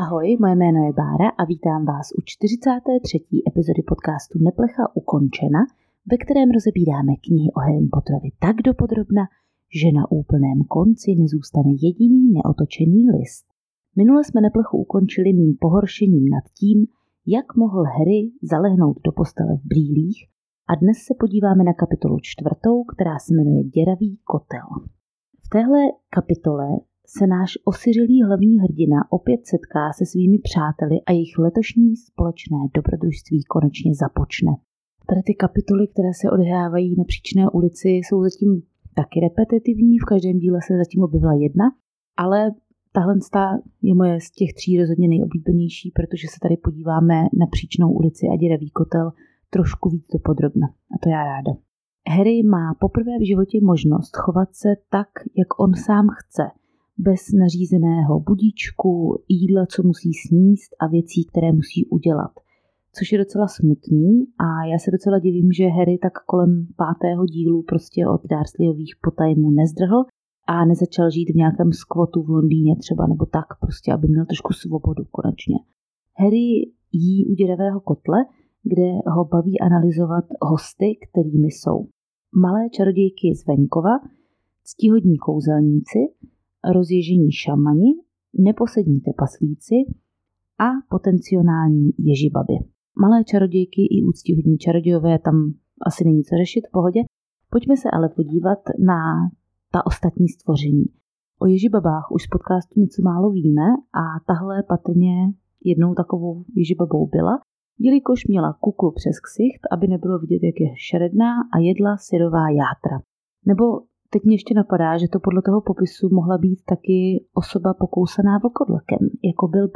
Ahoj, moje jméno je Bára a vítám vás u 43. epizody podcastu Neplecha ukončena, ve kterém rozebíráme knihy o Harrym Potterovi tak dopodrobna, že na úplném konci nezůstane jediný neotočený list. Minule jsme Neplechu ukončili mým pohoršením nad tím, jak mohl Harry zalehnout do postele v brýlích, a dnes se podíváme na kapitolu 4, která se jmenuje Děravý kotel. V téhle kapitole se náš osiřelý hlavní hrdina opět setká se svými přáteli a jejich letošní společné dobrodružství konečně započne. Tady ty kapitoly, které se odehrávají na Příčné ulici, jsou zatím taky repetitivní, v každém díle se zatím objevila jedna, ale tahle je moje z těch 3 rozhodně nejoblíbenější, protože se tady podíváme na Příčnou ulici a Děravý kotel trošku víc dopodrobna, a to já ráda. Harry má poprvé v životě možnost chovat se tak, jak on sám chce, bez nařízeného budíčku, jídla, co musí sníst a věcí, které musí udělat. Což je docela smutný a já se docela divím, že Harry tak kolem 5. dílu prostě od Dursleyových potajmů nezdrhl a nezačal žít v nějakém skvotu v Londýně třeba, nebo tak prostě, aby měl trošku svobodu konečně. Harry jí u Děravého kotle, kde ho baví analyzovat hosty, kterými jsou malé čarodějky z venkova, ctihodní kouzelníci, rozježení šamani, neposední trpaslíci a potenciální ježibaby. Malé čarodějky i úctihodní čarodějové, tam asi není co řešit, v pohodě. Pojďme se ale podívat na ta ostatní stvoření. O ježibabách už z podcastu něco málo víme a tahle patrně jednou takovou ježibabou byla, jelikož měla kuklu přes ksicht, aby nebylo vidět, jak je šeredná, a jedla syrová játra. Nebo teď mě ještě napadá, že to podle toho popisu mohla být taky osoba pokousaná vlkodlakem, jako byl,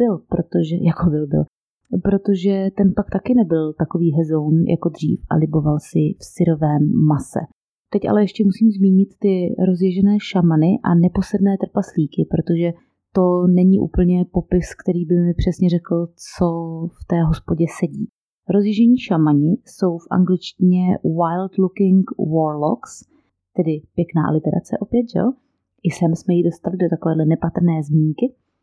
protože ten pak taky nebyl takový hezoun jako dřív a liboval si v syrovém mase. Teď ale ještě musím zmínit ty rozježené šamany a neposedné trpaslíky, protože to není úplně popis, který by mi přesně řekl, co v té hospodě sedí. Rozježení šamani jsou v angličtině wild looking warlocks, tedy pěkná aliterace opět, jo? I sem jsme ji dostali do takovéhle nepatrné zmínky.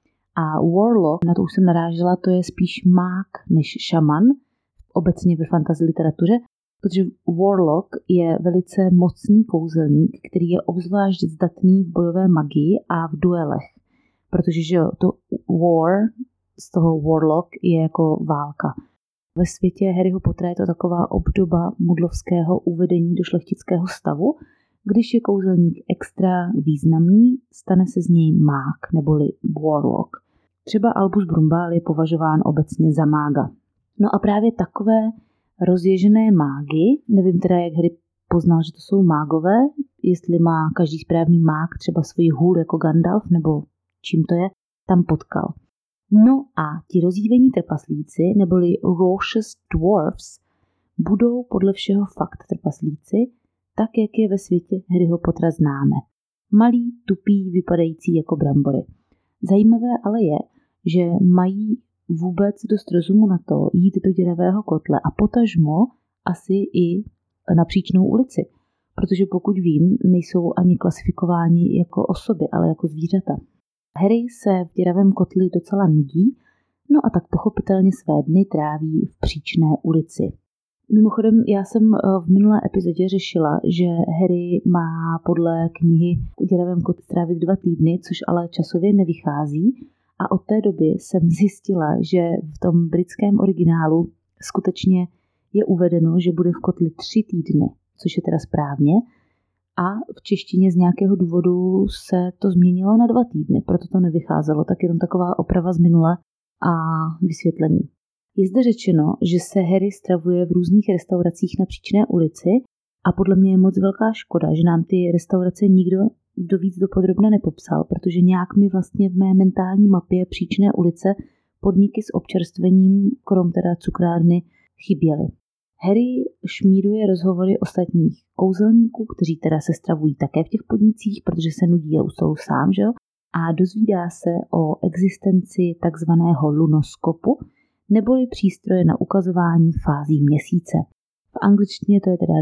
A warlock, na to už jsem narážela, to je spíš mák než šaman, obecně ve fantasy literatuře, protože warlock je velice mocný kouzelník, který je obzvlášť zdatný v bojové magii a v duelech. Protože že jo, to war, z toho warlock je jako válka. Ve světě Harryho Pottera je to taková obdoba mudlovského uvedení do šlechtického stavu. Když je kouzelník extra významný, stane se z něj mák neboli warlock. Třeba Albus Brumbál je považován obecně za mága. No a právě takové rozježené mágy, nevím teda, jak Harry poznal, že to jsou mágové, jestli má každý správný mák třeba svůj hůl jako Gandalf, nebo čím to je, tam potkal. No a ti rozjívení trpaslíci, neboli Raucous Dwarfs, budou podle všeho fakt trpaslíci, tak, jak je ve světě Harryho Pottera známe. Malí, tupí, vypadající jako brambory. Zajímavé ale je, že mají vůbec dost rozumu na to jít do Děravého kotle a potažmo asi i na Příčnou ulici, protože pokud vím, nejsou ani klasifikováni jako osoby, ale jako zvířata. Harry se v Děravém kotli docela nudí, no a tak pochopitelně své dny tráví v Příčné ulici. Mimochodem, já jsem v minulé epizodě řešila, že Harry má podle knihy v Děravém kotli strávit 2 týdny, což ale časově nevychází, a od té doby jsem zjistila, že v tom britském originálu skutečně je uvedeno, že bude v kotli 3 týdny, což je teda správně, a v češtině z nějakého důvodu se to změnilo na 2 týdny, proto to nevycházelo, tak jenom taková oprava z minula a vysvětlení. Je zde řečeno, že se Harry stravuje v různých restauracích na Příčné ulici a podle mě je moc velká škoda, že nám ty restaurace nikdo víc dopodrobna nepopsal, protože nějak mi vlastně v mé mentální mapě Příčné ulice podniky s občerstvením, krom teda cukrárny, chyběly. Harry šmíruje rozhovory ostatních kouzelníků, kteří teda se stravují také v těch podnicích, protože se nudí a u stolu sám, že jo? A dozvídá se o existenci takzvaného lunoskopu, neboli přístroje na ukazování fází měsíce. V angličtině to je teda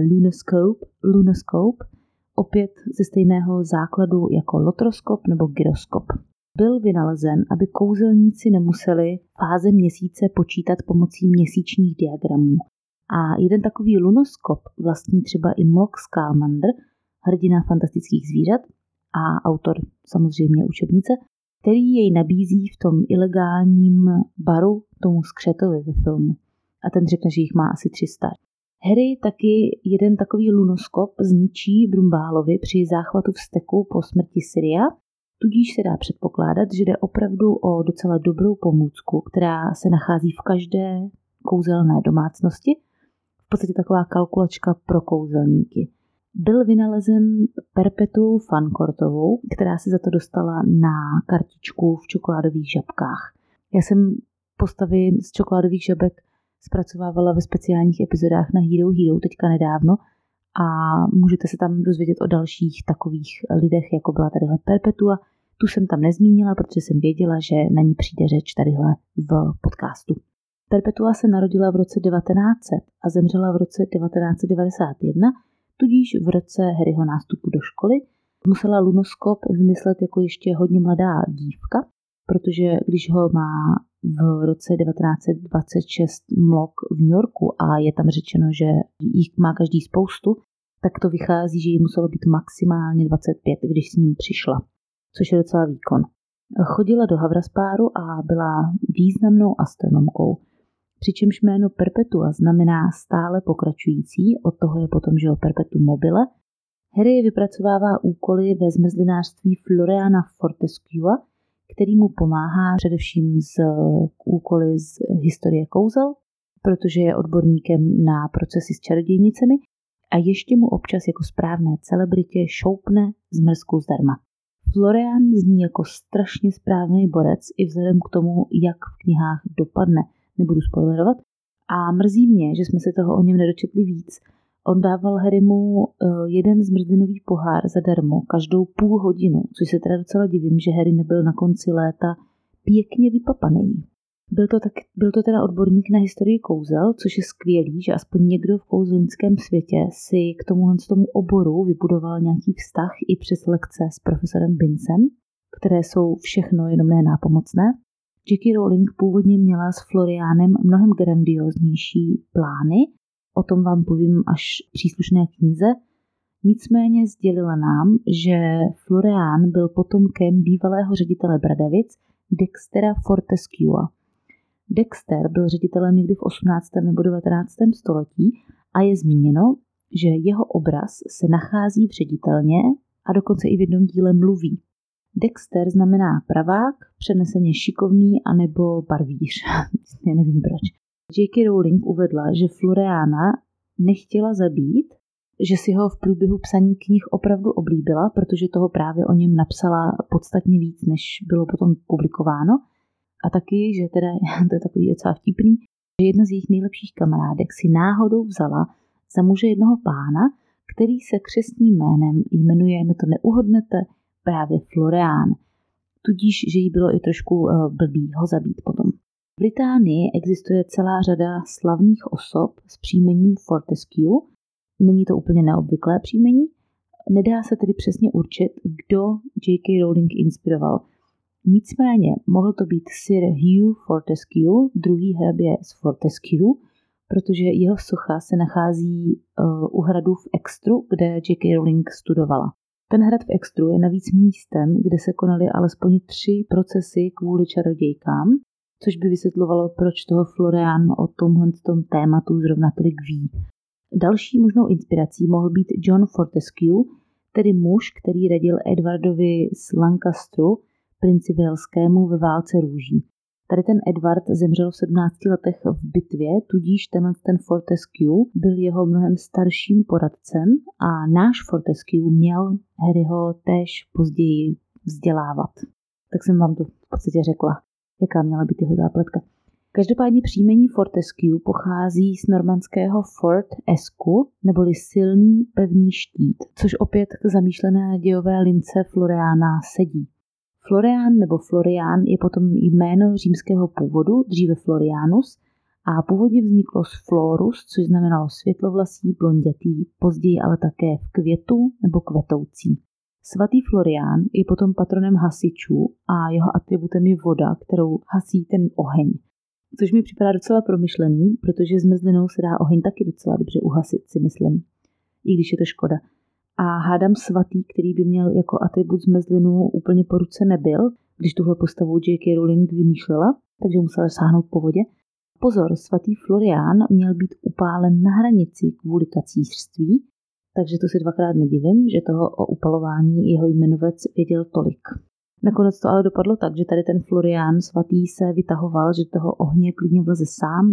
lunoscope, opět ze stejného základu jako lotroskop nebo gyroskop. byl vynalezen, aby kouzelníci nemuseli fáze měsíce počítat pomocí měsíčních diagramů. A jeden takový lunoskop vlastní třeba i Mlok Scamander, hrdina fantastických zvířat a autor samozřejmě učebnice, který jej nabízí v tom ilegálním baru tomu skřetovi ve filmu. A ten řekne, že jich má asi 300. Harry taky jeden takový lunoskop zničí Brumbálovi při záchvatu vzteku po smrti Siria, tudíž se dá předpokládat, že jde opravdu o docela dobrou pomůcku, která se nachází v každé kouzelné domácnosti, v podstatě taková kalkulačka pro kouzelníky. Byl vynalezen Perpetuou Fancourtovou, která se za to dostala na kartičku v čokoládových žabkách. Já jsem postavy z čokoládových žabek zpracovávala ve speciálních epizodách na Hero teďka nedávno a můžete se tam dozvědět o dalších takových lidech, jako byla tadyhle Perpetua. Tu jsem tam nezmínila, protože jsem věděla, že na ní přijde řeč tadyhle v podcastu. Perpetua se narodila v roce 1900 a zemřela v roce 1991, tudíž v roce Harryho nástupu do školy musela lunoskop vymyslet jako ještě hodně mladá dívka, protože když ho má v roce 1926 Mlok v New Yorku a je tam řečeno, že jich má každý spoustu, tak to vychází, že jí muselo být maximálně 25, když s ním přišla, což je docela výkon. Chodila do Havraspáru a byla významnou astronomkou, přičemž jméno Perpetua znamená stále pokračující, od toho je potom, že o Perpetuum mobile. Harry vypracovává úkoly ve zmrzlinářství Floriana Fortescua, který mu pomáhá především z úkoly z historie kouzel, protože je odborníkem na procesy s čarodějnicemi a ještě mu občas jako správné celebritě šoupne zmrzku zdarma. Florian zní jako strašně správný borec i vzhledem k tomu, jak v knihách dopadne. Nebudu spoilerovat. A mrzí mě, že jsme se toho o něm nedočetli víc. On dával Harrymu jeden zmrzlinový pohár zadarmo každou půl hodinu, což se teda docela divím, že Harry nebyl na konci léta pěkně vypapaný. Byl to teda odborník na historii kouzel, což je skvělý, že aspoň někdo v kouzelnickém světě si k tomu oboru vybudoval nějaký vztah i přes lekce s profesorem Bincem, které jsou všechno jenom ne nápomocné. J.K. Rowling původně měla s Florianem mnohem grandióznější plány, o tom vám povím až v příslušné knize. Nicméně sdělila nám, že Florian byl potomkem bývalého ředitele Bradavic Dextera Fortescua. Dexter byl ředitelem někdy v 18. nebo 19. století a je zmíněno, že jeho obraz se nachází v ředitelně a dokonce i v jednom díle mluví. Dexter znamená pravák, přeneseně šikovný anebo barvíř. Já nevím proč. J.K. Rowling uvedla, že Floriana nechtěla zabít, že si ho v průběhu psaní knih opravdu oblíbila, protože toho právě o něm napsala podstatně víc, než bylo potom publikováno. A taky, že teda, to je takový docela vtipný, že jedna z jejich nejlepších kamarádek si náhodou vzala za muže jednoho pána, který se křestním jménem jmenuje, no to neuhodnete, právě Florian. Tudíž, že jí bylo i trošku blbý ho zabít potom. V Británii existuje celá řada slavných osob s příjmením Fortescue. Není to úplně neobvyklé příjmení. Nedá se tedy přesně určit, kdo J.K. Rowling inspiroval. Nicméně mohl to být Sir Hugh Fortescue, druhý hrabě z Fortescue, protože jeho socha se nachází u hradu v Extru, kde J.K. Rowling studovala. Ten hrad v Extru je navíc místem, kde se konaly alespoň 3 procesy kvůli čarodějkám, což by vysvětlovalo, proč toho Florian o tomhle tématu zrovna tolik ví. Další možnou inspirací mohl být John Fortescue, tedy muž, který radil Edwardovi z Lancasteru, princi Waleskému ve válce růží. Tady ten Edward zemřel v 17 letech v bitvě, tudíž ten Fortescue byl jeho mnohem starším poradcem a náš Fortescue měl Harryho též později vzdělávat. Tak jsem vám to v podstatě řekla, jaká měla být jeho zápletka. Každopádně příjmení Fortescue pochází z normandského Fort Esku, neboli silný pevný štít, což opět k zamýšlené dějové lince Floriana sedí. Florian nebo Florian je potom jméno římského původu, dříve Florianus, a původně vzniklo z Florus, což znamenalo světlovlasý, blondětý, později ale také v květu nebo kvetoucí. Svatý Florián je potom patronem hasičů a jeho atributem je voda, kterou hasí ten oheň. Což mi připadá docela promyšlený, protože zmrzlinou se dá oheň taky docela dobře uhasit, si myslím. I když je to škoda. A hádám svatý, který by měl jako atribut zmrzlinu, úplně po ruce nebyl, když tuhle postavu J.K. Rowling vymýšlela, takže musela sáhnout po vodě. Pozor, svatý Florián měl být upálen na hranici kvůli kacířství, takže to si dvakrát nedivím, že toho o upalování jeho jmenovec věděl tolik. Nakonec to ale dopadlo tak, že tady ten Florián svatý se vytahoval, že toho ohně klidně vleze sám,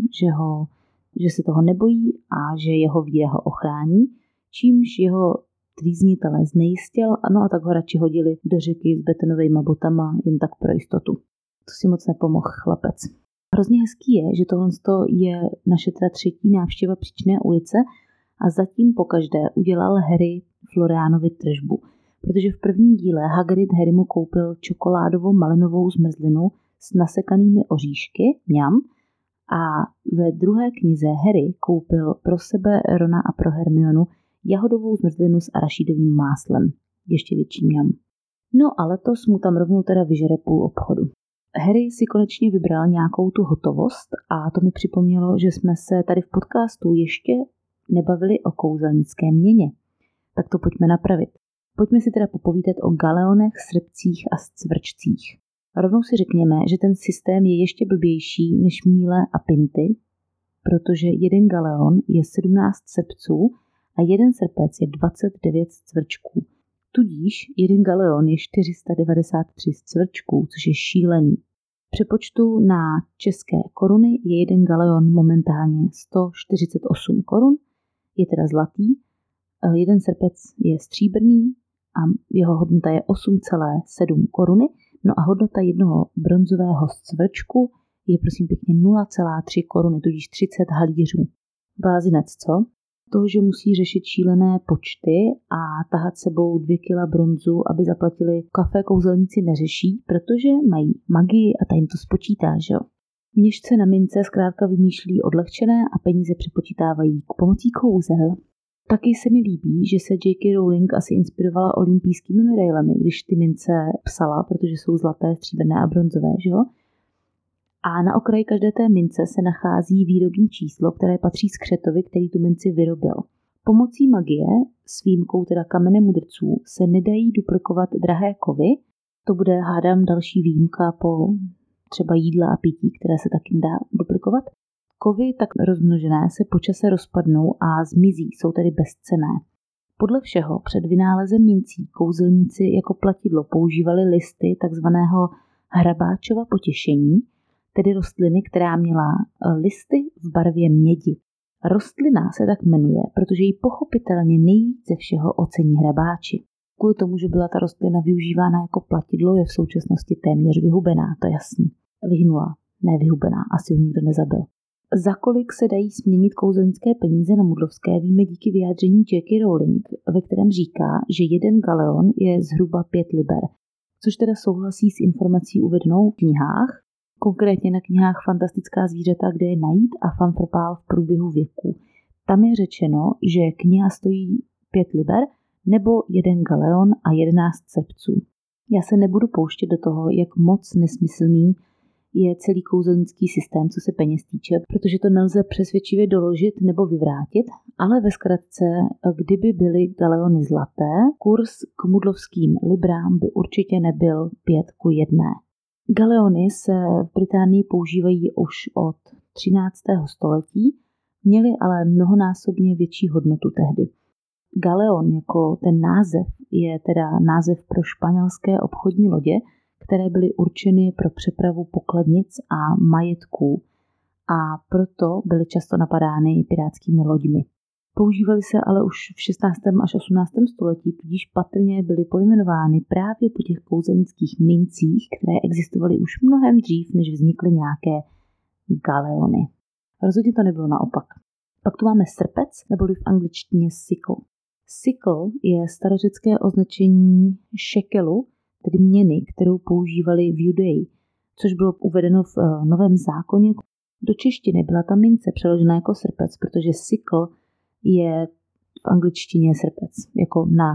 že se toho nebojí a že jeho víra ho ochrání, čímž jeho trýznitele znejistil, no a tak ho radši hodili do řeky s betonovejma botama jen tak pro jistotu. To si moc nepomohl chlapec. Hrozně hezký je, že tohle je naše teda 3. návštěva Příčné ulice a zatím pokaždé udělal Harry Floriánovi tržbu. Protože v prvním díle Hagrid Harrymu koupil čokoládovou malinovou zmrzlinu s nasekanými oříšky, mňam, a ve druhé knize Harry koupil pro sebe, Rona a pro Hermionu jahodovou zmrzlinu s arašidovým máslem, ještě větší mňam. No a letos mu tam rovnou teda vyžere půl obchodu. Harry si konečně vybral nějakou tu hotovost a to mi připomnělo, že jsme se tady v podcastu ještě nebavili o kouzelnické měně. Tak to pojďme napravit. Pojďme si teda popovídat o galeonech, srpcích a scvrčcích. Rovnou si řekněme, že ten systém je ještě blbější než míle a pinty, protože jeden galeon je 17 srpců a jeden srpec je 29 scvrčků. Tudíž jeden galeon je 493 scvrčků, což je šílený. V přepočtu na české koruny je jeden galeon momentálně 148 korun, je teda zlatý, jeden srpec je stříbrný a jeho hodnota je 8,7 koruny, no a hodnota jednoho bronzového scvrčku je prosím pěkně 0,3 koruny, tudíž 30 halířů. Blázinec, co? Toho, že musí řešit šílené počty a tahat sebou 2 kila bronzu, aby zaplatili kafe, kouzelníci neřeší, protože mají magii a ta jim to spočítá, že jo? Měšce na mince zkrátka vymýšlí odlehčené a peníze přepočítávají k pomocí kouzel. Taky se mi líbí, že se J.K. Rowling asi inspirovala olympijskými medailemi, když ty mince psala, protože jsou zlaté, stříbrné a bronzové, že jo? A na okraji každé té mince se nachází výrobní číslo, které patří skřetovi, který tu minci vyrobil. Pomocí magie, s výjimkou teda kamene mudrců, se nedají duplikovat drahé kovy. To bude, hádám, další výjimka po třeba jídla a pití, které se taky nedá duplikovat. Kovy tak rozmnožené se po čase rozpadnou a zmizí, jsou tedy bezcenné. Podle všeho před vynálezem mincí kouzelníci jako platidlo používali listy takzvaného hrabáčova potěšení, tedy rostliny, která měla listy v barvě mědi. Rostlina se tak jmenuje, protože ji pochopitelně nejvíc ze všeho ocení hrabáči. Kvůli tomu, že byla ta rostlina využívána jako platidlo, je v současnosti téměř vyhubená, to je jasný. Vyhnula, ne vyhubená, asi ho nikdo nezabil. Za kolik se dají směnit kouzelnické peníze na mudlovské, víme díky vyjádření J.K. Rowling, ve kterém říká, že jeden galeon je zhruba 5 liber, což teda souhlasí s informací uvedenou v knihách, konkrétně na knihách Fantastická zvířata, kde je najít a Fanfrpál v průběhu věku. Tam je řečeno, že kniha stojí 5 liber nebo 1 galeon a 11 srpců. Já se nebudu pouštět do toho, jak moc nesmyslný je celý kouzelnický systém, co se peněz týče, protože to nelze přesvědčivě doložit nebo vyvrátit, ale ve zkratce, kdyby byly galeony zlaté, kurz k mudlovským librám by určitě nebyl 5:1. Galeony se v Británii používají už od 13. století, měly ale mnohonásobně větší hodnotu tehdy. Galeon jako ten název je teda název pro španělské obchodní lodě, které byly určeny pro přepravu pokladnic a majetků a proto byly často napadány pirátskými loďmi. Používaly se ale už v 16. až 18. století, tudíž patrně byly pojmenovány právě po těch kouzelnických mincích, které existovaly už mnohem dřív, než vznikly nějaké galeony. Rozhodně to nebylo naopak. Pak tu máme srpec, neboli v angličtině sickle. Sickle je starořecké označení šekelu, tedy měny, kterou používali v Judeji, což bylo uvedeno v Novém zákoně. Do češtiny byla ta mince přeložena jako srpec, protože sickle je v angličtině je srpec, jako na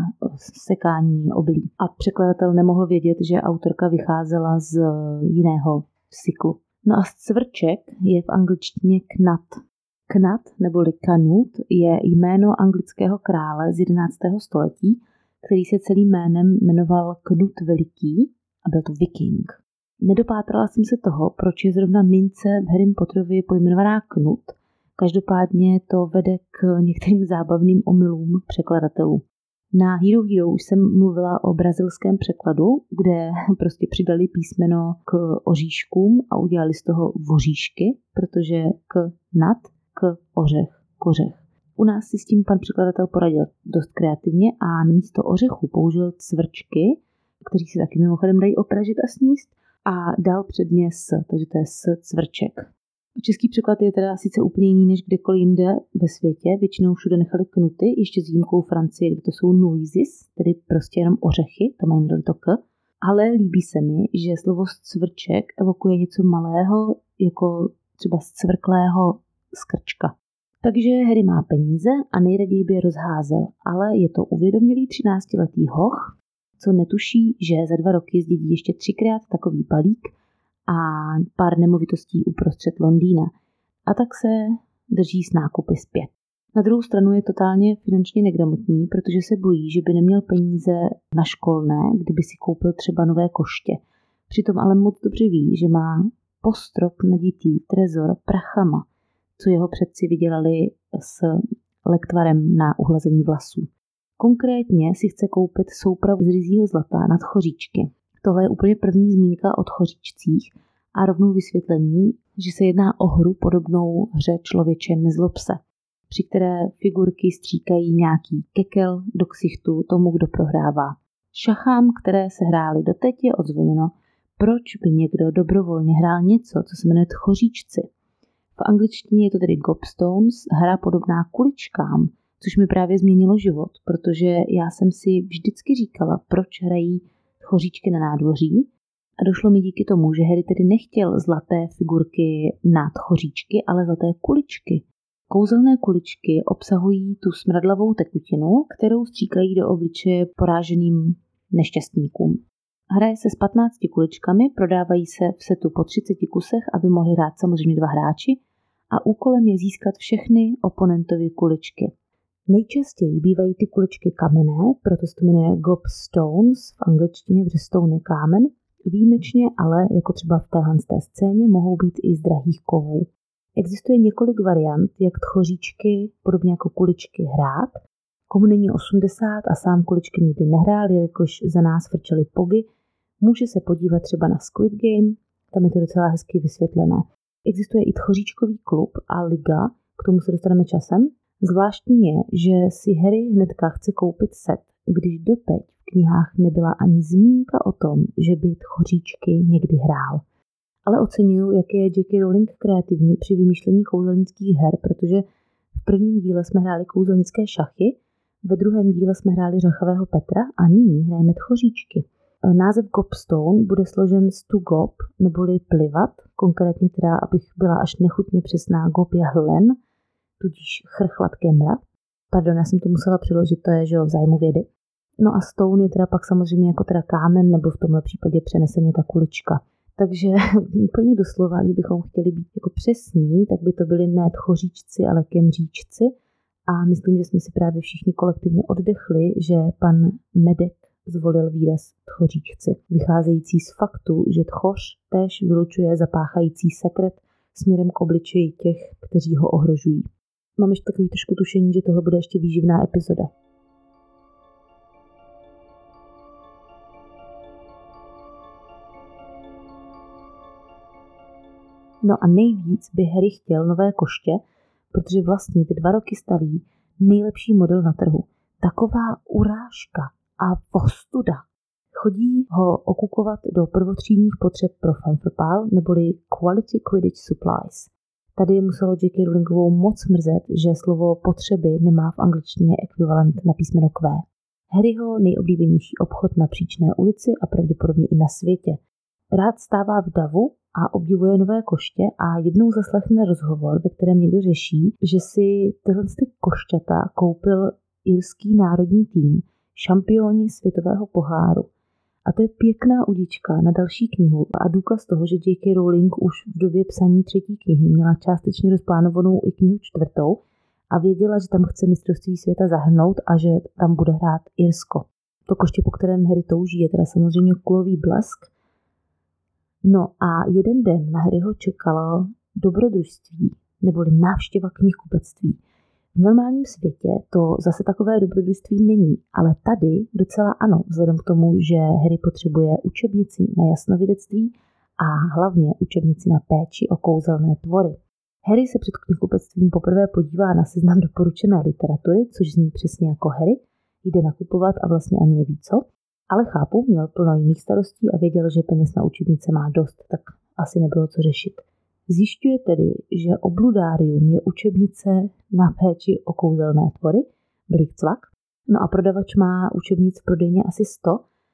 sekání obilí. A překladatel nemohl vědět, že autorka vycházela z jiného cyklu. No a cvrček je v angličtině knat. Knat neboli Canute je jméno anglického krále z 11. století, který se celým jménem jmenoval Knut Veliký a byl to viking. Nedopátrala jsem se toho, proč je zrovna mince v Harrym Potterovi pojmenovaná Knut. Každopádně to vede k některým zábavným omylům překladatelů. Na Hero Hero už jsem mluvila o brazilském překladu, kde prostě přidali písmeno k oříškům a udělali z toho voříšky, protože k nat, k ořech, kořech. U nás si s tím pan překladatel poradil dost kreativně a místo ořechu použil cvrčky, kteří se taky mimochodem dají opražit a sníst, a dal předně s, takže to je s cvrček. Český překlad je teda sice úplně jiný než kdekoliv jinde ve světě, většinou všude nechali knuty, ještě s výjimkou Francie, kde to jsou noises, tedy prostě jenom ořechy, to mají nedali to k, ale líbí se mi, že slovo cvrček evokuje něco malého, jako třeba zcvrklého skrčka. Takže Harry má peníze a nejraději by je rozházel, ale je to uvědomělý 13letý hoch, co netuší, že za 2 roky zdědí ještě 3krát takový balík a pár nemovitostí uprostřed Londýna. A tak se drží s nákupy zpět. Na druhou stranu je totálně finančně negramotný, protože se bojí, že by neměl peníze na školné, kdyby si koupil třeba nové koště. Přitom ale moc dobře ví, že má postrop naditý trezor prachama, co jeho předci vydělali s lektvarem na uhlazení vlasů. Konkrétně si chce koupit soupravu z ryzího zlata nad choříčky. Tohle je úplně první zmínka o choříčcích a rovnou vysvětlení, že se jedná o hru podobnou hře Člověče nezlob se, při které figurky stříkají nějaký kekel do ksichtu tomu, kdo prohrává. Šachám, které se hrály doteď, je odzvoněno, proč by někdo dobrovolně hrál něco, co se jmenuje choříčci. V angličtině je to tedy gobstones, hra podobná kuličkám, což mi právě změnilo život, protože já jsem si vždycky říkala, proč hrají choříčky na nádvoří, a došlo mi díky tomu, že Harry tedy nechtěl zlaté figurky nad choříčky, ale zlaté kuličky. Kouzelné kuličky obsahují tu smradlavou tekutinu, kterou stříkají do obličeje poráženým nešťastníkům. Hraje se s 15 kuličkami, prodávají se v setu po 30 kusech, aby mohli hrát samozřejmě 2 hráči, a úkolem je získat všechny oponentovy kuličky. Nejčastěji bývají ty kuličky kamenné, proto se to jmenuje gobstones v angličtině, protože stone je kámen. Výjimečně, ale jako třeba v téhle scéně, mohou být i z drahých kovů. Existuje několik variant, jak tchoříčky, podobně jako kuličky, hrát. Komu není 80 a sám kuličky nikdy nehrál, jelikož za nás frčeli pogy, může se podívat třeba na Squid Game, tam je to docela hezky vysvětlené. Existuje i tchoříčkový klub a liga, k tomu se dostaneme časem. Zvláštní je, že si Harry hnedka chce koupit set, když doteď v knihách nebyla ani zmínka o tom, že by tchoříčky někdy hrál. Ale oceňuju, jak je J.K. Rowling kreativní při vymýšlení kouzelnických her, protože v prvním díle jsme hráli kouzelnické šachy, ve druhém díle jsme hráli řachavého Petra a nyní hrajeme tchoříčky. Název gobstone bude složen z to gob, neboli plivat, konkrétně teda, abych byla až nechutně přesná, gob je hlen, tudíž chrchlat kemra. Pardon, já jsem to musela přiložit, to je, že v zájmu vědy. No a stone je teda pak samozřejmě jako teda kámen, nebo v tomhle případě přeneseně ta kulička. Takže úplně doslova, kdybychom chtěli být jako přesní, tak by to byly ne tchoříčci, ale kemříčci. A myslím, že jsme si právě všichni kolektivně oddechli, že pan Medek zvolil výraz tchoříčci, vycházející z faktu, že tchoř též vylučuje zapáchající sekret směrem k obličeji těch, kteří ho ohrožují. Mám ještě takový trošku tušení, že tohle bude ještě výživná epizoda. No a nejvíc by Harry chtěl nové koště, protože vlastně ty 2 roky staví nejlepší model na trhu. Taková urážka a ostuda. Chodí ho okukovat do prvotřídních potřeb pro fanfrpál, neboli Quality Quidditch Supplies. Tady muselo J.K. Rowlingovou moc mrzet, že slovo potřeby nemá v angličtině ekvivalent na písmeno Q. Harryho nejoblíbenější obchod na Příčné ulici a pravděpodobně i na světě. Rád stává v davu a obdivuje nové koště a jednou zaslechne rozhovor, ve kterém někdo řeší, že si tyhle košťata koupil irský národní tým, šampioni světového poháru. A to je pěkná udička na další knihu a důkaz toho, že J.K. Rowling už v době psaní 3. knihy měla částečně rozplánovanou i knihu 4. a věděla, že tam chce mistrovství světa zahrnout a že tam bude hrát Irsko. To koště, po kterém Harry touží, je teda samozřejmě kulový blesk. No a jeden den na Harryho čekalo dobrodružství, neboli návštěva knihkupectví. V normálním světě to zase takové dobrodružství není, ale tady docela ano, vzhledem k tomu, že Harry potřebuje učebnici na jasnovidectví a hlavně učebnici na péči o kouzelné tvory. Harry se před knihkupectvím poprvé podívá na seznam doporučené literatury, což zní přesně jako Harry, jde nakupovat a vlastně ani neví co, ale chápu, měl plno jiných starostí a věděl, že peněz na učebnice má dost, tak asi nebylo co řešit. Zjišťuje tedy, že Obludárium je učebnice na péči o kouzelné tvory, Blitzvak, no a prodavač má učebnic v prodejně asi 100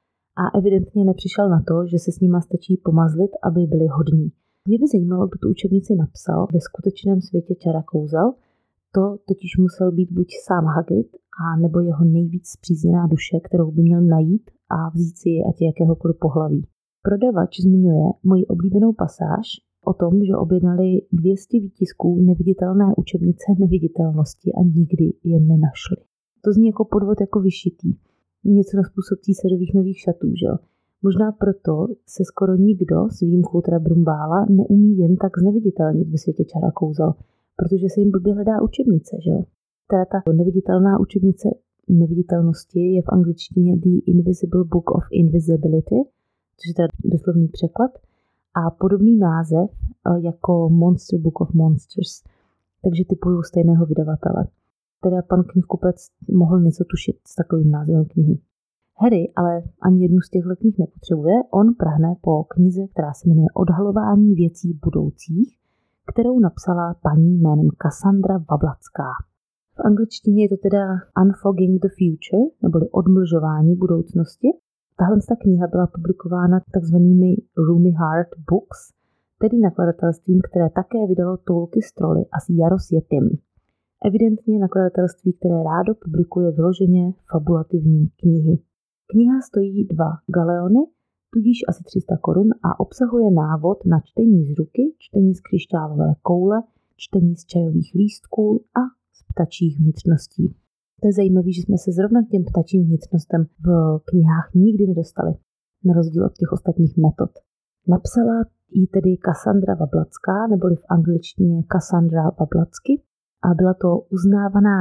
a evidentně nepřišel na to, že se s nima stačí pomazlit, aby byli hodní. Mě by zajímalo, kdo tu učebnici napsal ve skutečném světě čara kouzel, to totiž musel být buď sám Hagrid, a nebo jeho nejvíc spřízněná duše, kterou by měl najít a vzít si ji ať jakéhokoliv pohlaví. Prodavač zmiňuje moji oblíbenou pasáž o tom, že objednali 200 výtisků neviditelné učebnice neviditelnosti a nikdy je nenašli. To zní jako podvod jako vyšitý. Něco na způsob císařových nových šatů, že jo? Možná proto se skoro nikdo, s výjimkou teda Brumbála, neumí jen tak zneviditelnit ve světě čara kouzel, protože se jim blbě hledá učebnice, že jo? Teda ta neviditelná učebnice neviditelnosti je v angličtině The Invisible Book of Invisibility, což je teda doslovný překlad, a podobný název jako Monster Book of Monsters, takže typují stejného vydavatele. Teda pan knihkupec mohl něco tušit s takovým názvem knihy. Harry ale ani jednu z těchto knih nepotřebuje, on prahne po knize, která se jmenuje Odhalování věcí budoucích, kterou napsala paní jménem Cassandra Vablacká. V angličtině je to teda Unfogging the Future, neboli Odmlžování budoucnosti. Tahle kniha byla publikována takzvanými Roomy Heart Books, tedy nakladatelstvím, které také vydalo Toulky Strolly a Jaros Yetim. Evidentně nakladatelství, které rádo publikuje vyloženě fabulativní knihy. Kniha stojí 2 galeony, tudíž asi 300 korun a obsahuje návod na čtení z ruky, čtení z křišťálové koule, čtení z čajových lístků a z ptačích vnitřností. To je zajímavé, že jsme se zrovna k těm ptačím vnitřnostem v knihách nikdy nedostali, na rozdíl od těch ostatních metod. Napsala ji tedy Cassandra Vablacká, neboli v angličtině Cassandra Vablacky, a byla to uznávaná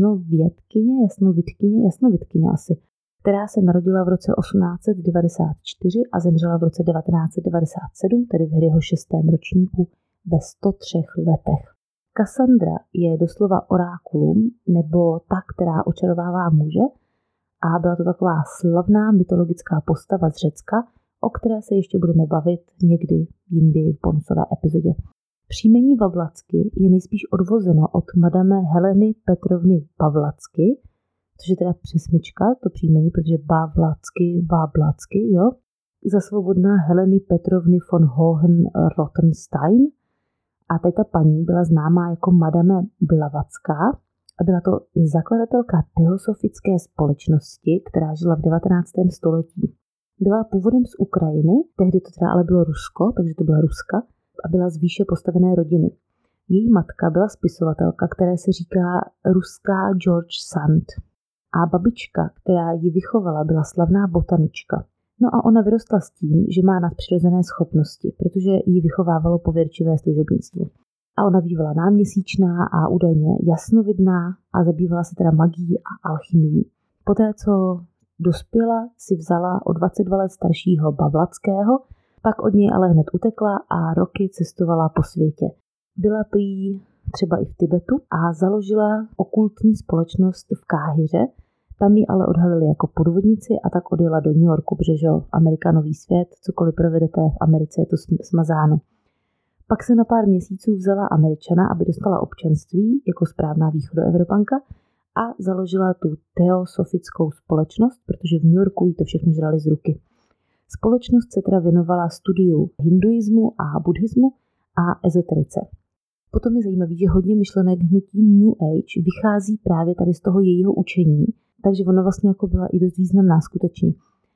jasnovidkyně asi, která se narodila v roce 1894 a zemřela v roce 1997, tedy v Harryho 6. ročníku, ve 103 letech. Cassandra je doslova orákulum, nebo ta, která očarovává muže, a byla to taková slavná mytologická postava z Řecka, o které se ještě budeme bavit někdy jindy v bonusové epizodě. Příjmení Vablacky je nejspíš odvozeno od madame Heleny Petrovny Pavlacky, což je teda přesmička, to příjmení, protože Vablacky, jo? Za svobodná Heleny Petrovny von Hohenrothenstein. A tady ta paní byla známá jako madame Blavacká a byla to zakladatelka teosofické společnosti, která žila v 19. století. Byla původem z Ukrajiny, tehdy to teda ale bylo Rusko, takže to byla Ruska, a byla z výše postavené rodiny. Její matka byla spisovatelka, které se říká ruská George Sand. A babička, která ji vychovala, byla slavná botanička. No a ona vyrostla s tím, že má nadpřirozené schopnosti, protože ji vychovávalo pověrčivé služebnictvo. A ona bývala náměsíčná a údajně jasnovidná a zabývala se teda magií a alchymií. Poté, co dospěla, si vzala o 22 let staršího Bavlackého, pak od něj ale hned utekla a roky cestovala po světě. Byla prý třeba i v Tibetu a založila okultní společnost v Káhiře. Tam ji ale odhalili jako podvodnici a tak odjela do New Yorku, protože Amerika nový svět, cokoliv provedete v Americe, je to smazáno. Pak se na pár měsíců vzala Američana, aby dostala občanství jako správná východoevropanka a založila tu teosofickou společnost, protože v New Yorku jí to všechno žrali z ruky. Společnost se teda věnovala studiu hinduismu a buddhismu a ezoterice. Potom je zajímavé, že hodně myšlenek hnutí New Age vychází právě tady z toho jejího učení, takže ona vlastně jako byla i dost významná skutečně.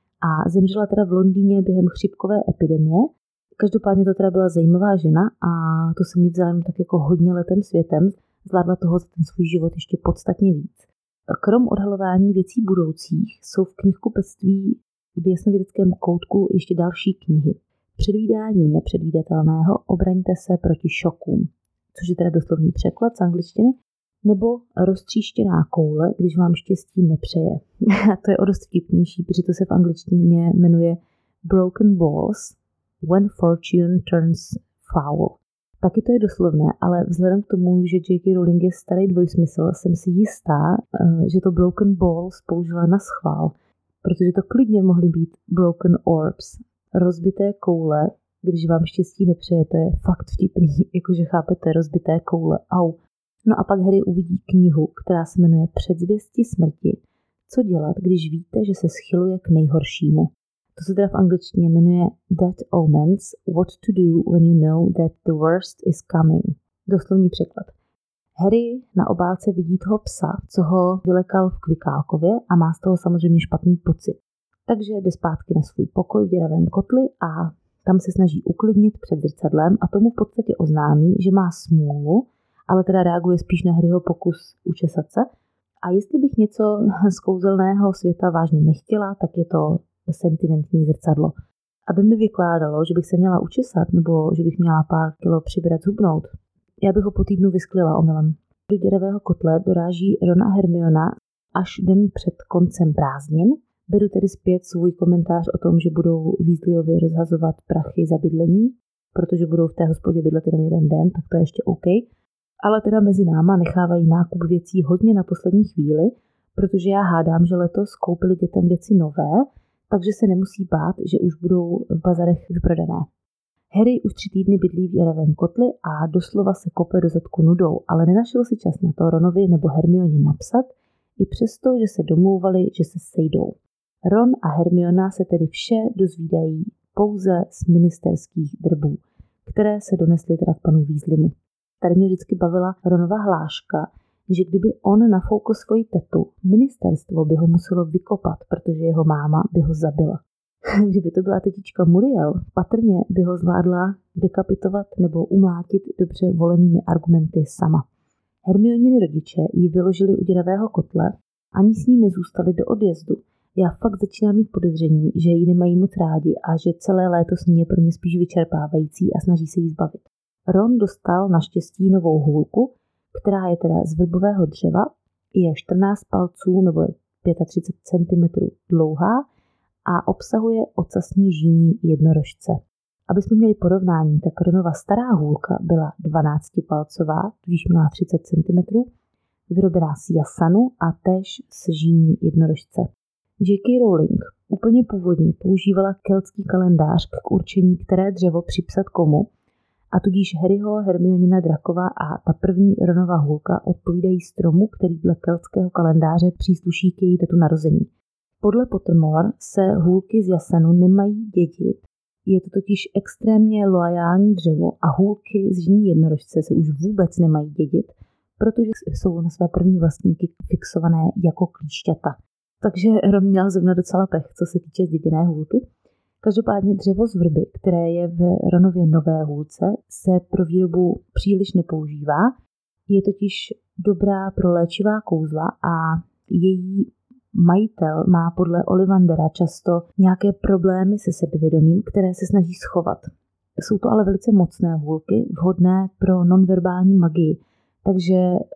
A zemřela teda v Londýně během chřipkové epidemie. Každopádně to teda byla zajímavá žena a to se mi vzala tak jako hodně letem světem. Zvládla toho za ten svůj život ještě podstatně víc. Krom odhalování věcí budoucích jsou v knihkupectví v jasnovědeckém koutku ještě další knihy. Předvídání nepředvídatelného, obraňte se proti šokům, což je teda doslovný překlad z angličtiny, nebo roztříštěná koule, když vám štěstí nepřeje. To je o dost vtipnější, protože to se v angličtině jmenuje Broken Balls, When Fortune Turns Foul. Taky to je doslovné, ale vzhledem k tomu, že J.K. Rowling je starý dvojsmysl, jsem si jistá, že to Broken Balls použila na schvál, protože to klidně mohly být Broken Orbs, rozbité koule, když vám štěstí nepřeje, to je fakt vtipný, jakože chápete, rozbité koule, au. No a pak Harry uvidí knihu, která se jmenuje Předzvěsti smrti. Co dělat, když víte, že se schyluje k nejhoršímu? To se teda v angličtině jmenuje Dead Omens, What to do when you know that the worst is coming. Doslovný překlad. Harry na obálce vidí toho psa, co ho vylekal v Kvikálkově a má z toho samozřejmě špatný pocit. Takže jde zpátky na svůj pokoj v děravém kotli a tam se snaží uklidnit před zrcadlem a tomu v podstatě oznámí, že má smůlu, ale teda reaguje spíš na Harryho pokus učesat se. A jestli bych něco z kouzelného světa vážně nechtěla, tak je to sentinentní zrcadlo. Aby mi vykládalo, že bych se měla učesat nebo že bych měla pár kilo přibrat, zhubnout. Já bych ho po týdnu vysklila omylem. Do děravého kotle doráží Ron a Hermiona až den před koncem prázdnin. Beru tedy zpět svůj komentář o tom, že budou Weasleyovi rozhazovat prachy za bydlení, protože budou v té hospodě bydlet jenom jeden den, tak to je ještě OK. Ale teda mezi náma nechávají nákup věcí hodně na poslední chvíli, protože já hádám, že letos koupili dětem věci nové, takže se nemusí bát, že už budou v bazarech vyprodané. Harry už 3 týdny bydlí v děravém kotli a doslova se kope do zadku nudou, ale nenašel si čas na to Ronovi nebo Hermioně napsat, i přesto, že se domlouvali, že se sejdou. Ron a Hermiona se tedy vše dozvídají pouze z ministerských drbů, které se donesly teda k panu Weasleymu. Tady mě vždycky bavila Ronova hláška, že kdyby on nafoukl svoji tetu, ministerstvo by ho muselo vykopat, protože jeho máma by ho zabila. Kdyby to byla tetička Muriel, patrně by ho zvládla dekapitovat nebo umlátit dobře volenými argumenty sama. Hermioniny rodiče ji vyložili u děravého kotle, ani s ní nezůstali do odjezdu. Já fakt začínám mít podezření, že ji nemají moc rádi a že celé léto s ní je pro ně spíš vyčerpávající a snaží se jí zbavit. Ron dostal naštěstí novou hůlku, která je teda z vrbového dřeva, je 14 palců nebo 35 cm dlouhá a obsahuje ocasní žíní jednorožce. Aby jsme měli porovnání, tak Ronova stará hůlka byla 12-palcová, tudíž měla 30 cm, vyrobená z jasanu a též z žíní jednorožce. J.K. Rowling úplně původně používala keltský kalendář k určení, které dřevo připsat komu, a tudíž Harryho, Hermionina drakova a ta první Ronova hůlka odpovídají stromu, který dle keltského kalendáře přísluší k její datu narození. Podle Pottermore se hůlky z jasanu nemají dědit, je to totiž extrémně loajální dřevo a hůlky z žíní jednorožce se už vůbec nemají dědit, protože jsou na své první vlastníky fixované jako klíšťata. Takže Ron měl zrovna docela pech, co se týče zděděné hůlky. Každopádně dřevo z vrby, které je v Ronově nové hůlce, se pro výrobu příliš nepoužívá. Je totiž dobrá pro léčivá kouzla a její majitel má podle Ollivandera často nějaké problémy se sebevědomím, které se snaží schovat. Jsou to ale velice mocné hůlky, vhodné pro nonverbální magii, takže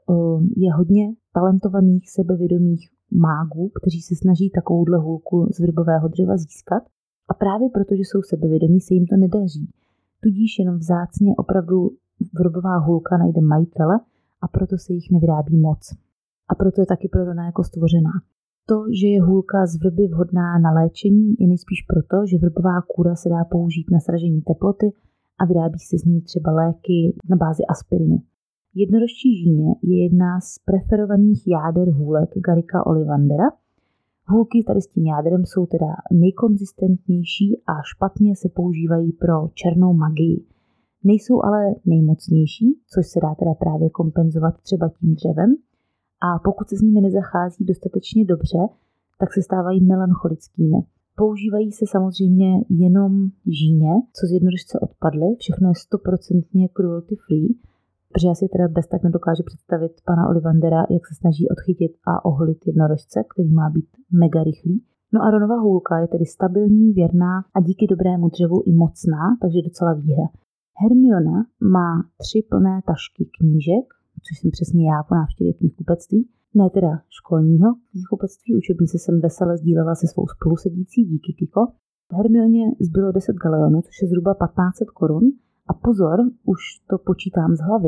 je hodně talentovaných sebevědomých mágů, kteří se snaží takovouhle hůlku z vrbového dřeva získat. A právě protože jsou sebevědomí, se jim to nedaří. Tudíž jenom vzácně opravdu vrbová hůlka najde majitele a proto se jich nevyrábí moc. A proto je taky pro Rona jako stvořená. To, že je hůlka z vrby vhodná na léčení, je nejspíš proto, že vrbová kůra se dá použít na sražení teploty a vyrábí se z ní třeba léky na bázi aspirinu. Jednorožčí žíně je jedna z preferovaných jáder hůlek Garricka Ollivandera. Hůlky tady s tím jádrem jsou teda nejkonzistentnější a špatně se používají pro černou magii. Nejsou ale nejmocnější, což se dá teda právě kompenzovat třeba tím dřevem. A pokud se s nimi nezachází dostatečně dobře, tak se stávají melancholickými. Používají se samozřejmě jenom žíně, co z jednorožce odpadly, všechno je 100% cruelty free, protože já si teda bez tak nedokážu představit pana Ollivandera, jak se snaží odchytit a oholit jednorožce, který má být mega rychlý. No a Ronova hůlka je tedy stabilní, věrná a díky dobrému dřevu i mocná, takže docela výhra. Hermiona má 3 plné tašky knížek, což jsem přesně já po návštěvě knihkupectví. Ne teda školního knihkupectví, učebnice jsem vesele sdílela se svou spolusedící, díky Kiko. V Hermioně zbylo 10 galeonů, což je zhruba 1500 korun. A pozor, už to počítám z hlavy.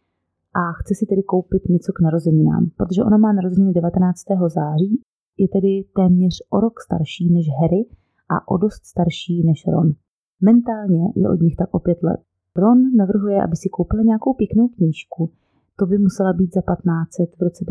A chce si tedy koupit něco k narozeninám, protože ona má narozeniny 19. září, je tedy téměř o rok starší než Harry a o dost starší než Ron. Mentálně je od nich tak o 5 let. Ron navrhuje, aby si koupila nějakou pěknou knížku. To by musela být za 1500 v roce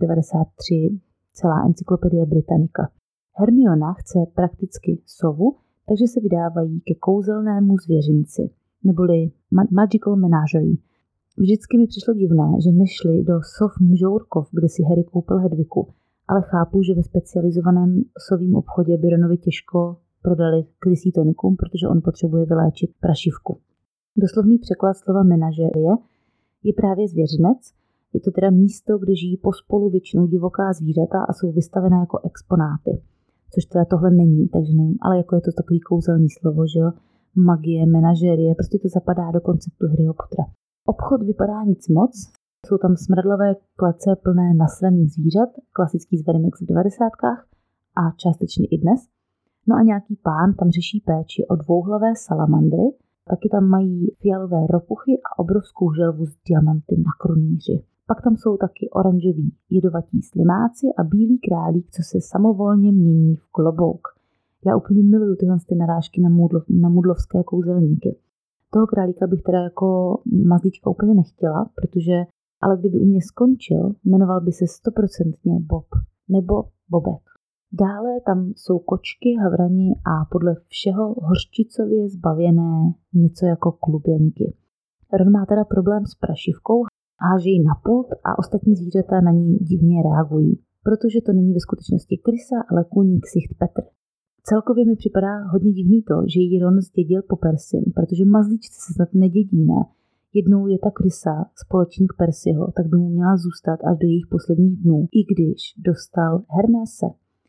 1993 celá encyklopedie Britannica. Hermiona chce prakticky sovu, takže se vydávají ke kouzelnému zvěřinci, neboli Magical Menagerie. Vždycky mi přišlo divné, že nešli do sov Mžourkov, kde si Harry koupil Hedviku, ale chápu, že ve specializovaném sovím obchodě by Ronovi těžko prodali krysí tonikum, protože on potřebuje vyléčit prašivku. Doslovný překlad slova menažerie je právě zvěřinec. Je to teda místo, kde žijí pospolu většinou divoká zvířata a jsou vystavena jako exponáty. Což teda tohle není, takže nevím, ale jako je to takový kouzelný slovo, že jo? Magie, menažerie, prostě to zapadá do konceptu Harryho Pottera. Obchod vypadá nic moc, jsou tam smradlavé klece plné nasraných zvířat, klasický z Verimex v 90kách a částečně i dnes. No a nějaký pán tam řeší péči o dvouhlavé salamandry, taky tam mají fialové ropuchy a obrovskou želvu z diamanty na krunýři. Pak tam jsou taky oranžoví jedovatí slimáci a bílý králík, co se samovolně mění v klobouk. Já úplně miluju tyhle narážky na mudlovské kouzelníky. Toho králíka bych teda jako mazlíčka úplně nechtěla, protože, ale kdyby u mě skončil, jmenoval by se 100% Bob nebo Bobek. Dále tam jsou kočky, havrani a podle všeho hořčicově zbavěné něco jako kluběnky. Ron má teda problém s prašivkou, háže ji na pult a ostatní zvířata na ní divně reagují, protože to není ve skutečnosti krysa, ale kůň ksicht Petr. Celkově mi připadá hodně divný to, že ji Ron zdědil po Persim, protože mazlíčce se snad nedědí, ne? Jednou je ta krysa, společník Percyho, tak by mu měla zůstat až do jejich posledních dnů, i když dostal Hermése.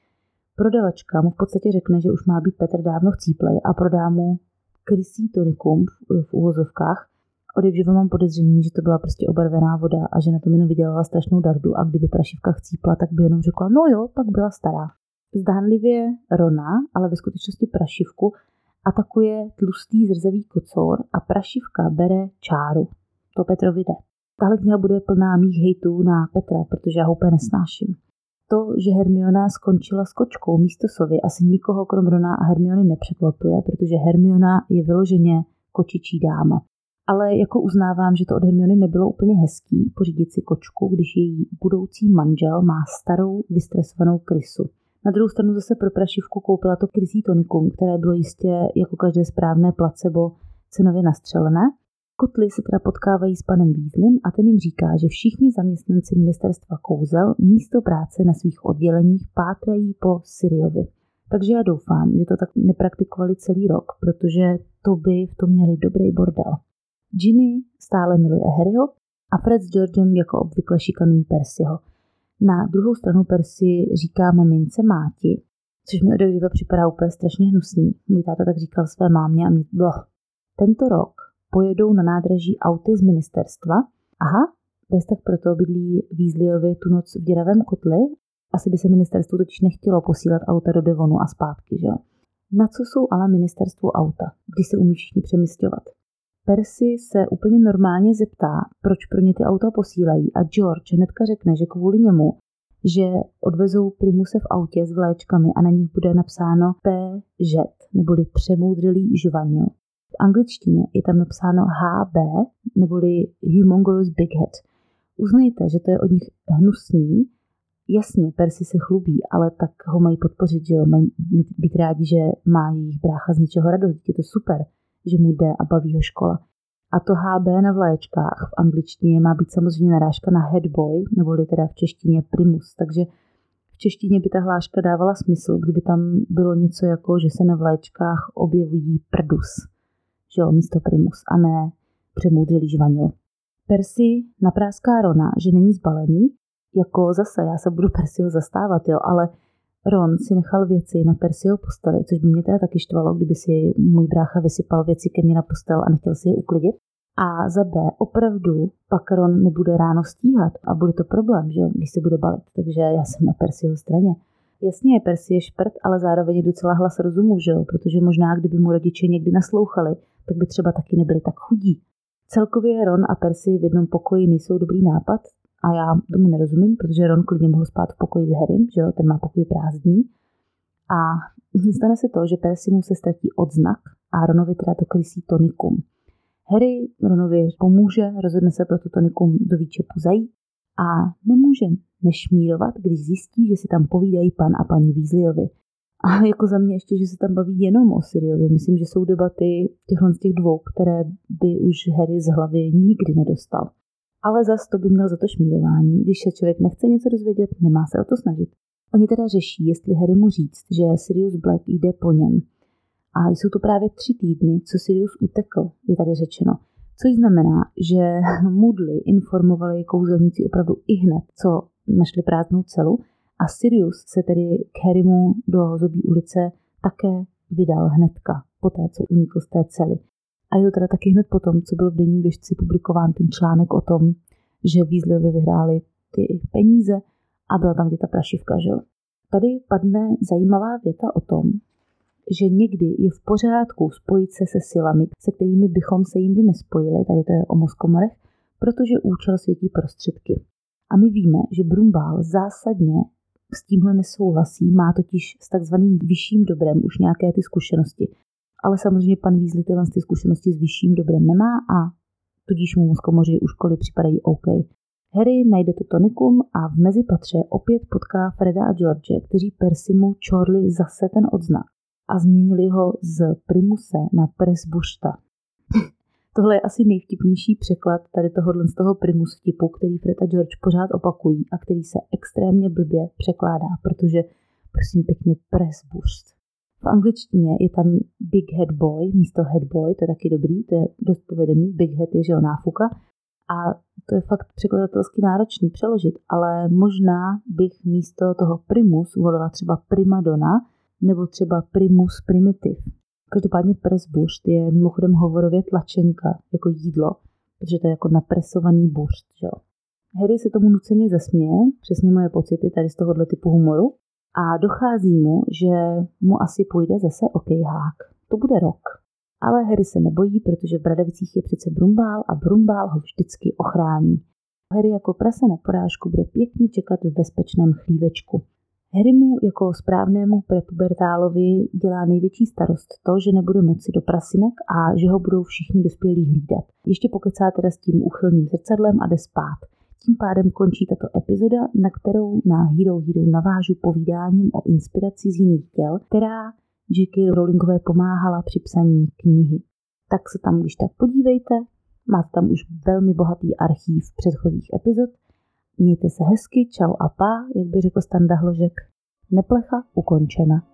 Prodavačka mu v podstatě řekne, že už má být Petr dávno chcíplej a prodá mu krysí tonikum v uvozovkách. Odjakživa mám podezření, že to byla prostě obarvená voda a že na tom jenom vydělala strašnou dardu a kdyby prašivka chcípla, tak by jenom řekla, no jo, tak byla stará. Zdánlivě Rona, ale ve skutečnosti prašivku, atakuje tlustý zrzavý kocour a prašivka bere čáru. To Petrovi jde. Tahle kniha bude plná mých hejtů na Petra, protože já ho úplně nesnáším. To, že Hermiona skončila s kočkou místo sovy, asi nikoho krom Rona a Hermiony nepřekvapuje, protože Hermiona je vyloženě kočičí dáma. Ale jako uznávám, že to od Hermiony nebylo úplně hezký pořídit si kočku, když její budoucí manžel má starou vystresovanou krysu. Na druhou stranu zase pro prašivku koupila to krysí tonikum, které bylo jistě jako každé správné placebo cenově nastřelené. Kotly se teda potkávají s panem Weasleym a ten jim říká, že všichni zaměstnanci ministerstva kouzel místo práce na svých odděleních pátrají po Siriovi. Takže já doufám, že to tak nepraktikovali celý rok, protože to by v tom měli dobrý bordel. Ginny stále miluje Harryho a Fred s Georgem jako obvykle šikanují Percyho. Na druhou stranu Percy říká mamince Máti, což mi odevřiva připadá úplně strašně hnusný. Můj táta tak říkal své mámě a mě Tento rok pojedou na nádraží auty z ministerstva. Aha, bez tak proto bydlí Weasleyovi tu noc v děravém kotli. Asi by se ministerstvu totiž nechtělo posílat auta do Devonu a zpátky, že jo? Na co jsou ale ministerstvu auta, když se umí všichni přemysťovat? Percy se úplně normálně zeptá, proč pro ně ty auta posílají a George hnedka řekne, že kvůli němu, že odvezou Primuse v autě s vléčkami a na nich bude napsáno P-žet, neboli přemoudrelý žvanil. V angličtině je tam napsáno HB, neboli Humongous Big Head. Uznejte, že to je od nich hnusný. Jasně, Percy se chlubí, ale tak ho mají podpořit, že jo, mají být rádi, že má jejich brácha z něčeho radost, je to super, že mu jde a baví ho škola. A to HB na vlaječkách v angličtině má být samozřejmě narážka na head boy, neboli teda v češtině primus. Takže v češtině by ta hláška dávala smysl, kdyby tam bylo něco jako, že se na vlaječkách objevují prdus, že jo, místo primus, a ne přemoudřelý žvanil. Percy napráská Rona, že není zbalený, jako zase já se budu Percyho zastávat, jo, ale Ron si nechal věci na Percyho posteli, což by mě teda taky štvalo, kdyby si můj brácha vysypal věci ke mně na postel a nechtěl si je uklidit. A za B, opravdu pak Ron nebude ráno stíhat a bude to problém, že jo, když se bude balit. Takže já jsem na Percyho straně. Jasně, Percy je šprt, ale zároveň je docela hlas rozumu, že jo, protože možná, kdyby mu rodiče někdy naslouchali, tak by třeba taky nebyli tak chudí. Celkově Ron a Percy v jednom pokoji nejsou dobrý nápad a já tomu nerozumím, protože Ron klidně mohl spát v pokoji s Harrym, že jo, ten má pokoj prázdný. A stane se to, že Percy mu se ztratí odznak a Ronovi teda to krysí tonikum. Harry Ronovi pomůže, rozhodne se pro to tonikum do výčepu zajít a nemůže nešmírovat, když zjistí, že si tam povídají pan a paní Weasleyovi. A jako za mě ještě, že se tam baví jenom o Siriovi. Myslím, že jsou debaty těchhle z těch dvou, které by už Harry z hlavy nikdy nedostal. Ale zas to by měl za to šmírování. Když se člověk nechce něco dozvědět, nemá se o to snažit. Oni teda řeší, jestli Harry mu říct, že Sirius Black jde po něm. A jsou to právě 3 týdny, co Sirius utekl, je tady řečeno. Což znamená, že Moodley informovali kouzelníci opravdu ihned, co našli prázdnou celu, a Sirius se tedy k Harrymu do Zobí ulice také vydal hnedka, poté co unikl z té cely. A je to teda taky hned potom, co byl v denním věštci publikován ten článek o tom, že Weasleyovi vyhráli ty peníze a byla tam ta prašivka, že jo. Tady padne zajímavá věta o tom, že někdy je v pořádku spojit se se silami, se kterými bychom se jindy nespojili, tady to je o mozkomorech, protože účel světí prostředky. A my víme, že Brumbál zásadně s tímhle nesouhlasí, má totiž s takzvaným vyšším dobrem už nějaké ty zkušenosti. Ale samozřejmě pan Weasley tyhle ty zkušenosti s vyšším dobrem nemá a tudíž mu mozkomoři u školy připadají OK. Harry najde to tonikum a v mezipatře opět potká Freda a George, kteří Percymu čorli zase ten odznak a změnili ho z primuse na presbušta. Tohle je asi nejvtipnější překlad tady tohohle z toho primus vtipu, který Fred a George pořád opakují a který se extrémně blbě překládá, protože prosím pěkně presbušt. V angličtině je tam big head boy místo head boy, to je taky dobrý, to je dost povedený, big head je, že jo, náfuka. A to je fakt překladatelsky náročný přeložit, ale možná bych místo toho primus volila třeba primadonna nebo třeba primus primitiv. Každopádně presbušt je mimochodem hovorově tlačenka, jako jídlo, protože to je jako napresovaný bušt, že jo. Harry se tomu nuceně zasměje, přesně moje pocity tady z tohohle typu humoru, a dochází mu, že mu asi půjde zase okejhák. To bude rok. Ale Harry se nebojí, protože v Bradavicích je přece Brumbál a Brumbál ho vždycky ochrání. Harry jako prase na porážku bude pěkně čekat v bezpečném chlívečku. Harrymu jako správnému prepubertálovi dělá největší starost to, že nebude moci do prasinek a že ho budou všichni dospělí hlídat. Ještě pokecá teda s tím úchylným zrcadlem a jde spát. Tím pádem končí tato epizoda, na kterou na Hero Hero navážu povídáním o inspiraci z jiných těl, která J.K. Rowlingové pomáhala při psaní knihy. Tak se tam když tak podívejte, máte tam už velmi bohatý archív předchozích epizod. Mějte se hezky, čau a pá, jak by řekl Standa Hložek. Neplecha ukončena.